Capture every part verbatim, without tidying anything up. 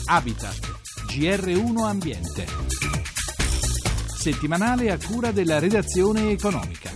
Habitat, G R uno Ambiente. Settimanale a cura della redazione economica.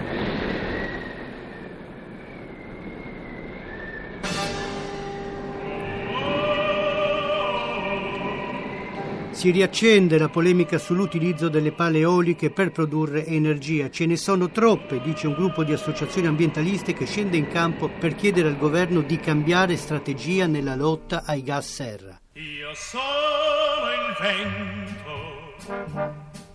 Si riaccende la polemica sull'utilizzo delle pale eoliche per produrre energia. Ce ne sono troppe, dice un gruppo di associazioni ambientaliste che scende in campo per chiedere al governo di cambiare strategia nella lotta ai gas serra. Io sono il vento,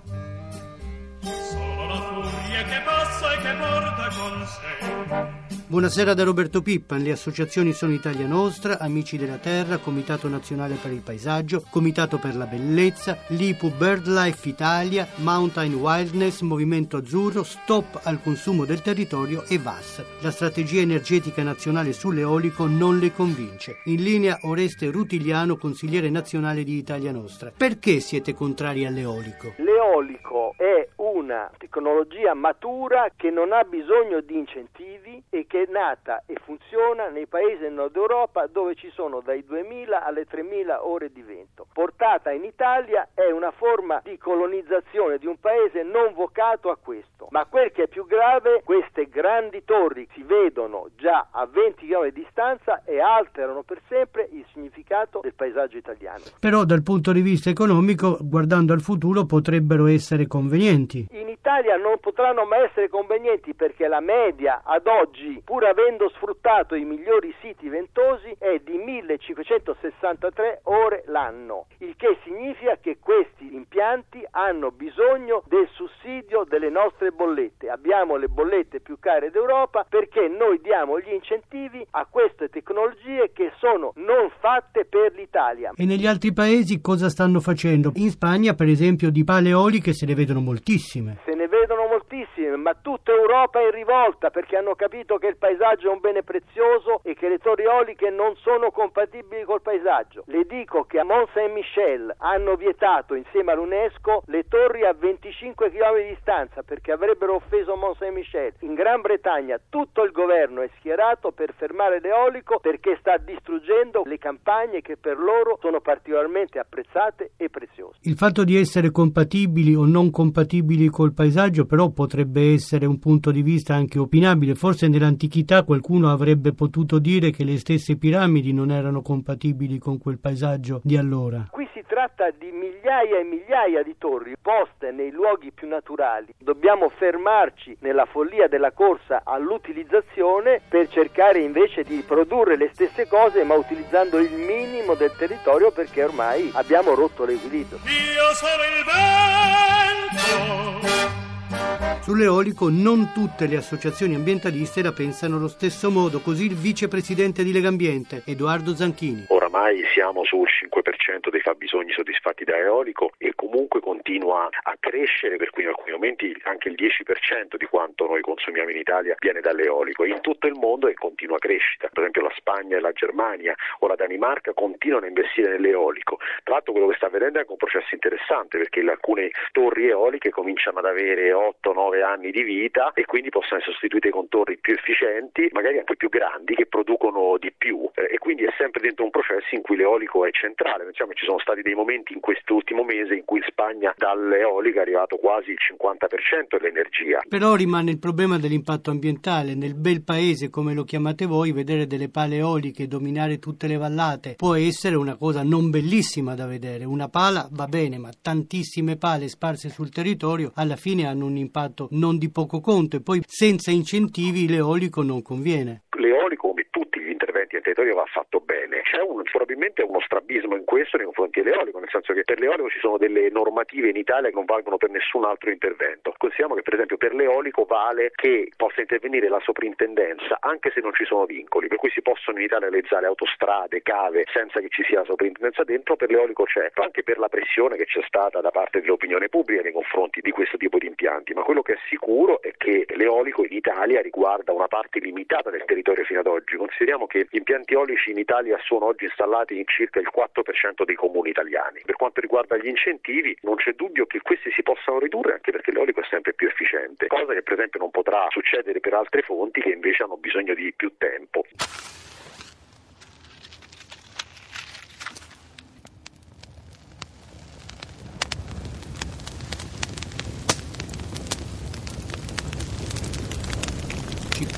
sono la furia che passa e che porta con sé. Buonasera da Roberto Pippan. Le associazioni sono Italia Nostra, Amici della Terra, Comitato Nazionale per il Paesaggio, Comitato per la Bellezza, l'I P U BirdLife Italia, Mountain Wildness, Movimento Azzurro, Stop al consumo del territorio e V A S. La strategia energetica nazionale sull'eolico non le convince. In linea Oreste Rutiliano, consigliere nazionale di Italia Nostra. Perché siete contrari all'eolico? L'eolico è una tecnologia matura che non ha bisogno di incentivi e che è nata e funziona nei paesi del nord Europa dove ci sono dai duemila alle tremila ore di vento. Portata in Italia è una forma di colonizzazione di un paese non vocato a questo. Ma quel che è più grave, queste grandi torri si vedono già a venti chilometri di distanza e alterano per sempre il significato del paesaggio italiano. Però dal punto di vista economico, guardando al futuro, potrebbero essere convenienti. In Italia non potranno mai essere convenienti perché la media ad oggi, pur avendo sfruttato i migliori siti ventosi, è di millecinquecentosessantatré ore l'anno, il che significa che questi impianti hanno bisogno del sussidio delle nostre bollette. Abbiamo le bollette più care d'Europa perché noi diamo gli incentivi a queste tecnologie che sono non fatte per l'Italia. E negli altri paesi cosa stanno facendo? In Spagna, per esempio, di pale eoliche se ne vedono moltissime. Se ne vedono moltissime, ma tutta Europa è in rivolta perché hanno capito che il paesaggio è un bene prezioso e che le torri eoliche non sono compatibili col paesaggio. Le dico che a Mont Saint-Michel hanno vietato insieme all'UNESCO le torri a venticinque chilometri di distanza perché avrebbero offeso Mont Saint-Michel. In Gran Bretagna tutto il governo è schierato per fermare l'eolico perché sta distruggendo le campagne che per loro sono particolarmente apprezzate e preziose. Il fatto di essere compatibili o non compatibili col paesaggio però potrebbe essere un punto di vista anche opinabile. Forse nell'antichità qualcuno avrebbe potuto dire che le stesse piramidi non erano compatibili con quel paesaggio di allora. Qui si tratta di migliaia e migliaia di torri poste nei luoghi più naturali. Dobbiamo fermarci nella follia della corsa all'utilizzazione per cercare invece di produrre le stesse cose ma utilizzando il minimo del territorio perché ormai abbiamo rotto l'equilibrio. Io sono il vento. Sull'eolico non tutte le associazioni ambientaliste la pensano allo stesso modo, così il vicepresidente di Legambiente, Edoardo Zanchini. Oramai siamo sul cinque per cento dei fabbisogni soddisfatti da eolico e comunque continua a crescere, per cui in alcuni momenti anche il dieci per cento di quanto noi consumiamo in Italia viene dall'eolico. In tutto il mondo è in continua crescita, per esempio la Spagna e la Germania o la Danimarca continuano a investire nell'eolico. Tra l'altro quello che sta avvenendo è anche un processo interessante perché alcune torri eoliche cominciano ad avere otto nove anni di vita e quindi possono essere sostituite con torri più efficienti, magari anche più grandi, che producono di più eh, e quindi è sempre dentro un processo in cui l'eolico è centrale. Pensiamo che ci sono stati dei momenti in quest'ultimo mese in cui in Spagna dall'eolico è arrivato quasi il cinquanta per cento dell'energia. Però rimane il problema dell'impatto ambientale. Nel bel paese, come lo chiamate voi, vedere delle pale eoliche dominare tutte le vallate può essere una cosa non bellissima da vedere. Una pala va bene, ma tantissime pale sparse sul territorio alla fine hanno un impatto non di poco conto e poi senza incentivi l'eolico non conviene. L'eolico, come tutti gli interventi nel territorio, va fatto bene. C'è un, probabilmente uno strabismo in questo nei confronti dell'eolico, nel senso che per l'eolico ci sono delle normative in Italia che non valgono per nessun altro intervento. Consideriamo che per esempio per l'eolico vale che possa intervenire la soprintendenza anche se non ci sono vincoli, per cui si possono in Italia realizzare autostrade, cave senza che ci sia la soprintendenza dentro. Per l'eolico c'è, anche per la pressione che c'è stata da parte dell'opinione pubblica nei confronti di questo tipo di impianti, ma quello che è sicuro è che l'eolico in Italia riguarda una parte limitata del territorio fino ad oggi. Consideriamo che gli impianti eolici in Italia sono oggi installati in circa il quattro per cento dei comuni italiani. Per quanto riguarda gli incentivi, non c'è dubbio che questi si possano ridurre anche perché l'eolico è sempre più efficiente, cosa che per esempio non potrà succedere per altre fonti che invece hanno bisogno di più tempo.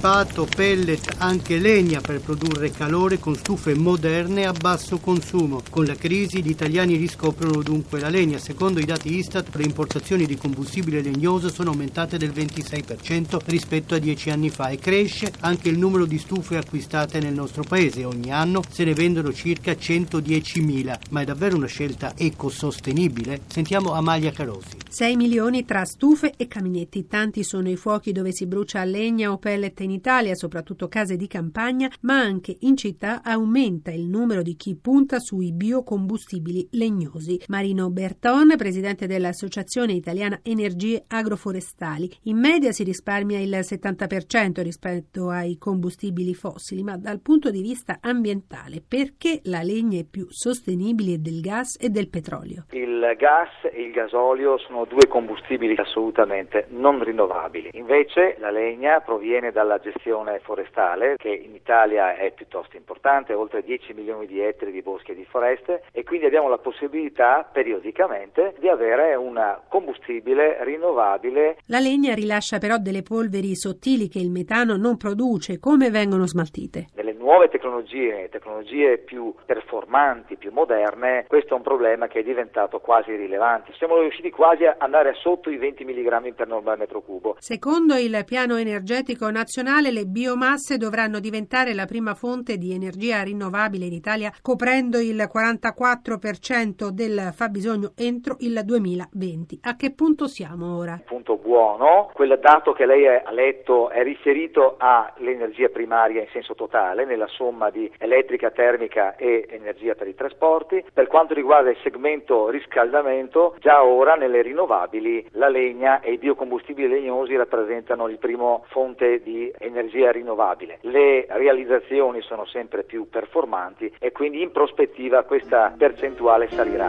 anticipato, pellet, anche legna per produrre calore con stufe moderne a basso consumo. Con la crisi gli italiani riscoprono dunque la legna. Secondo i dati Istat, le importazioni di combustibile legnoso sono aumentate del ventisei per cento rispetto a dieci anni fa e cresce anche il numero di stufe acquistate nel nostro paese. Ogni anno se ne vendono circa centodiecimila. Ma è davvero una scelta ecosostenibile? Sentiamo Amalia Carosi. sei milioni tra stufe e caminetti. Tanti sono i fuochi dove si brucia legna o pellet in Italia, soprattutto case di campagna, ma anche in città aumenta il numero di chi punta sui biocombustibili legnosi. Marino Berton, presidente dell'Associazione Italiana Energie Agroforestali. In media si risparmia il settanta per cento rispetto ai combustibili fossili, ma dal punto di vista ambientale, perché la legna è più sostenibile del gas e del petrolio? Il gas e il gasolio sono due combustibili assolutamente non rinnovabili. Invece la legna proviene dalla gestione forestale, che in Italia è piuttosto importante, oltre dieci milioni di ettari di boschi e di foreste, e quindi abbiamo la possibilità periodicamente di avere un combustibile rinnovabile. La legna rilascia però delle polveri sottili che il metano non produce. Come vengono smaltite? Nelle nuove tecnologie, tecnologie più performanti, più moderne, questo è un problema che è diventato quasi irrilevante. Siamo riusciti quasi a andare sotto i venti milligrammi per normale metro cubo. Secondo il piano energetico nazionale, le biomasse dovranno diventare la prima fonte di energia rinnovabile in Italia, coprendo il quarantaquattro per cento del fabbisogno entro il duemilaventi. A che punto siamo ora? Punto buono. Quel dato che lei ha letto è riferito all'energia primaria in senso totale, nella somma di elettrica, termica e energia per i trasporti. Per quanto riguarda il segmento riscaldamento, già ora nelle rinnovabili la legna e i biocombustibili legnosi rappresentano il primo fonte di energia rinnovabile. Le realizzazioni sono sempre più performanti e quindi in prospettiva questa percentuale salirà.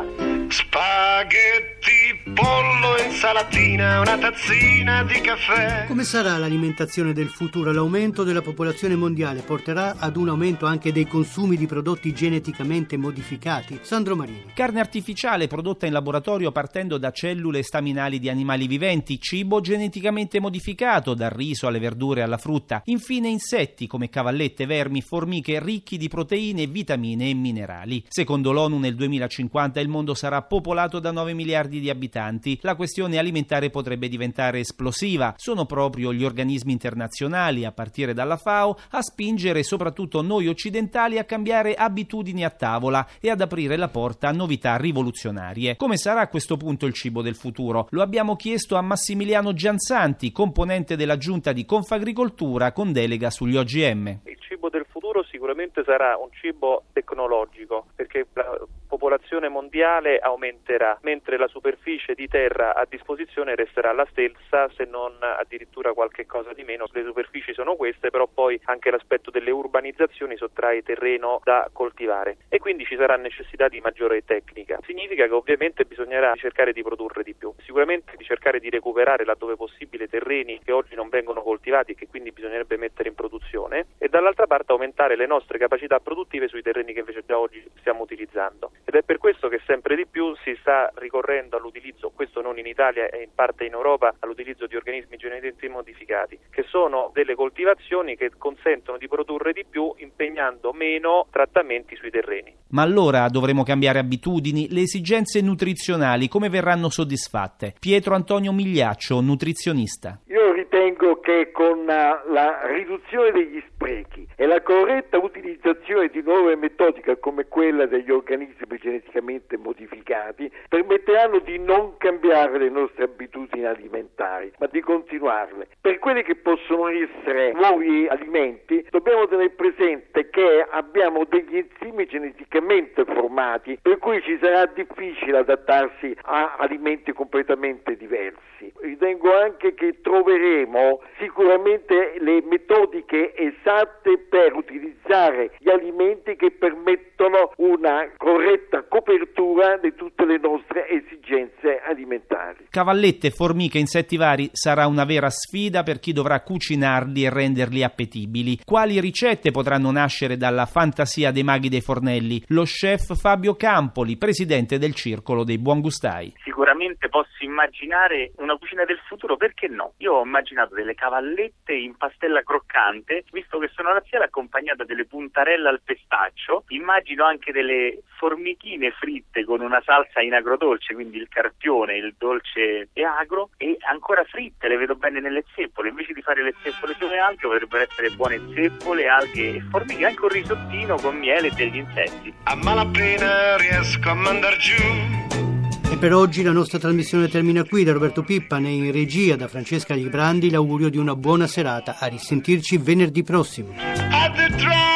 Spaghetti, pollo, insalatina, una tazzina di caffè. Come sarà l'alimentazione del futuro? L'aumento della popolazione mondiale porterà ad un aumento anche dei consumi di prodotti geneticamente modificati? Sandro Marini. Carne artificiale prodotta in laboratorio partendo da cellule staminali di animali viventi, cibo geneticamente modificato, dal riso alle verdure alla frutta, infine insetti come cavallette, vermi, formiche ricchi di proteine, vitamine e minerali. Secondo l'ONU nel duemilacinquanta il mondo sarà popolato da nove miliardi di abitanti. La questione alimentare potrebbe diventare esplosiva. Sono proprio gli organismi internazionali, a partire dalla FAO, a spingere soprattutto noi occidentali a cambiare abitudini a tavola e ad aprire la porta a novità rivoluzionarie. Come sarà a questo punto il cibo del futuro? Lo abbiamo chiesto a Massimiliano Gianzanti, componente della giunta di Confagricoltura con delega sugli O G M. Il cibo del futuro sicuramente sarà un cibo tecnologico, perché la popolazione mondiale aumenterà, mentre la superficie di terra a disposizione resterà la stessa, se non addirittura qualche cosa di meno. Le superfici sono queste, però poi anche l'aspetto delle urbanizzazioni sottrae terreno da coltivare e quindi ci sarà necessità di maggiore tecnica. Significa che ovviamente bisognerà cercare di produrre di più, sicuramente di cercare di recuperare laddove possibile terreni che oggi non vengono coltivati e che quindi bisognerebbe mettere in produzione, e dall'altra parte aumentare le nostre capacità produttive sui terreni che invece già oggi stiamo utilizzando. Ed è per questo che sempre di più si sta ricorrendo all'utilizzo, questo non in Italia e in parte in Europa, all'utilizzo di organismi geneticamente modificati, che sono delle coltivazioni che consentono di produrre di più impegnando meno trattamenti sui terreni. Ma allora dovremo cambiare abitudini? Le esigenze nutrizionali come verranno soddisfatte? Pietro Antonio Migliaccio, nutrizionista. Io ritengo che con la riduzione degli sprechi e la corretta utilizzazione di nuove metodiche come quella degli organismi geneticamente modificati permetteranno di non cambiare le nostre abitudini alimentari, ma di continuarle. Per quelli che possono essere nuovi alimenti dobbiamo tenere presente che abbiamo degli enzimi geneticamente formati, per cui ci sarà difficile adattarsi a alimenti completamente diversi. Ritengo anche che troveremo sicuramente le metodiche esatte per utilizzare utilizzare gli alimenti che permettono una corretta copertura di tutte le nostre esigenze alimentari. Cavallette, formiche, insetti vari sarà una vera sfida per chi dovrà cucinarli e renderli appetibili. Quali ricette potranno nascere dalla fantasia dei maghi dei fornelli? Lo chef Fabio Campoli, presidente del Circolo dei Buongustai. Sicuramente posso immaginare una cucina del futuro, perché no? Io ho immaginato delle cavallette in pastella croccante, visto che sono laziale, accompagnata delle puntarelle al pistaccio. Immagino anche delle formichine fritte con una salsa in agrodolce, quindi il carpione, il dolce e agro, e ancora fritte, le vedo bene nelle zeppole. Invece di fare le zeppole sulle alghe potrebbero essere buone zeppole, alghe e formiche, anche un risottino con miele e degli insetti. A malapena riesco a mandar giù. E per oggi la nostra trasmissione termina qui. Da Roberto Pippan e in regia da Francesca Librandi l'augurio di una buona serata. A risentirci venerdì prossimo. At the drum.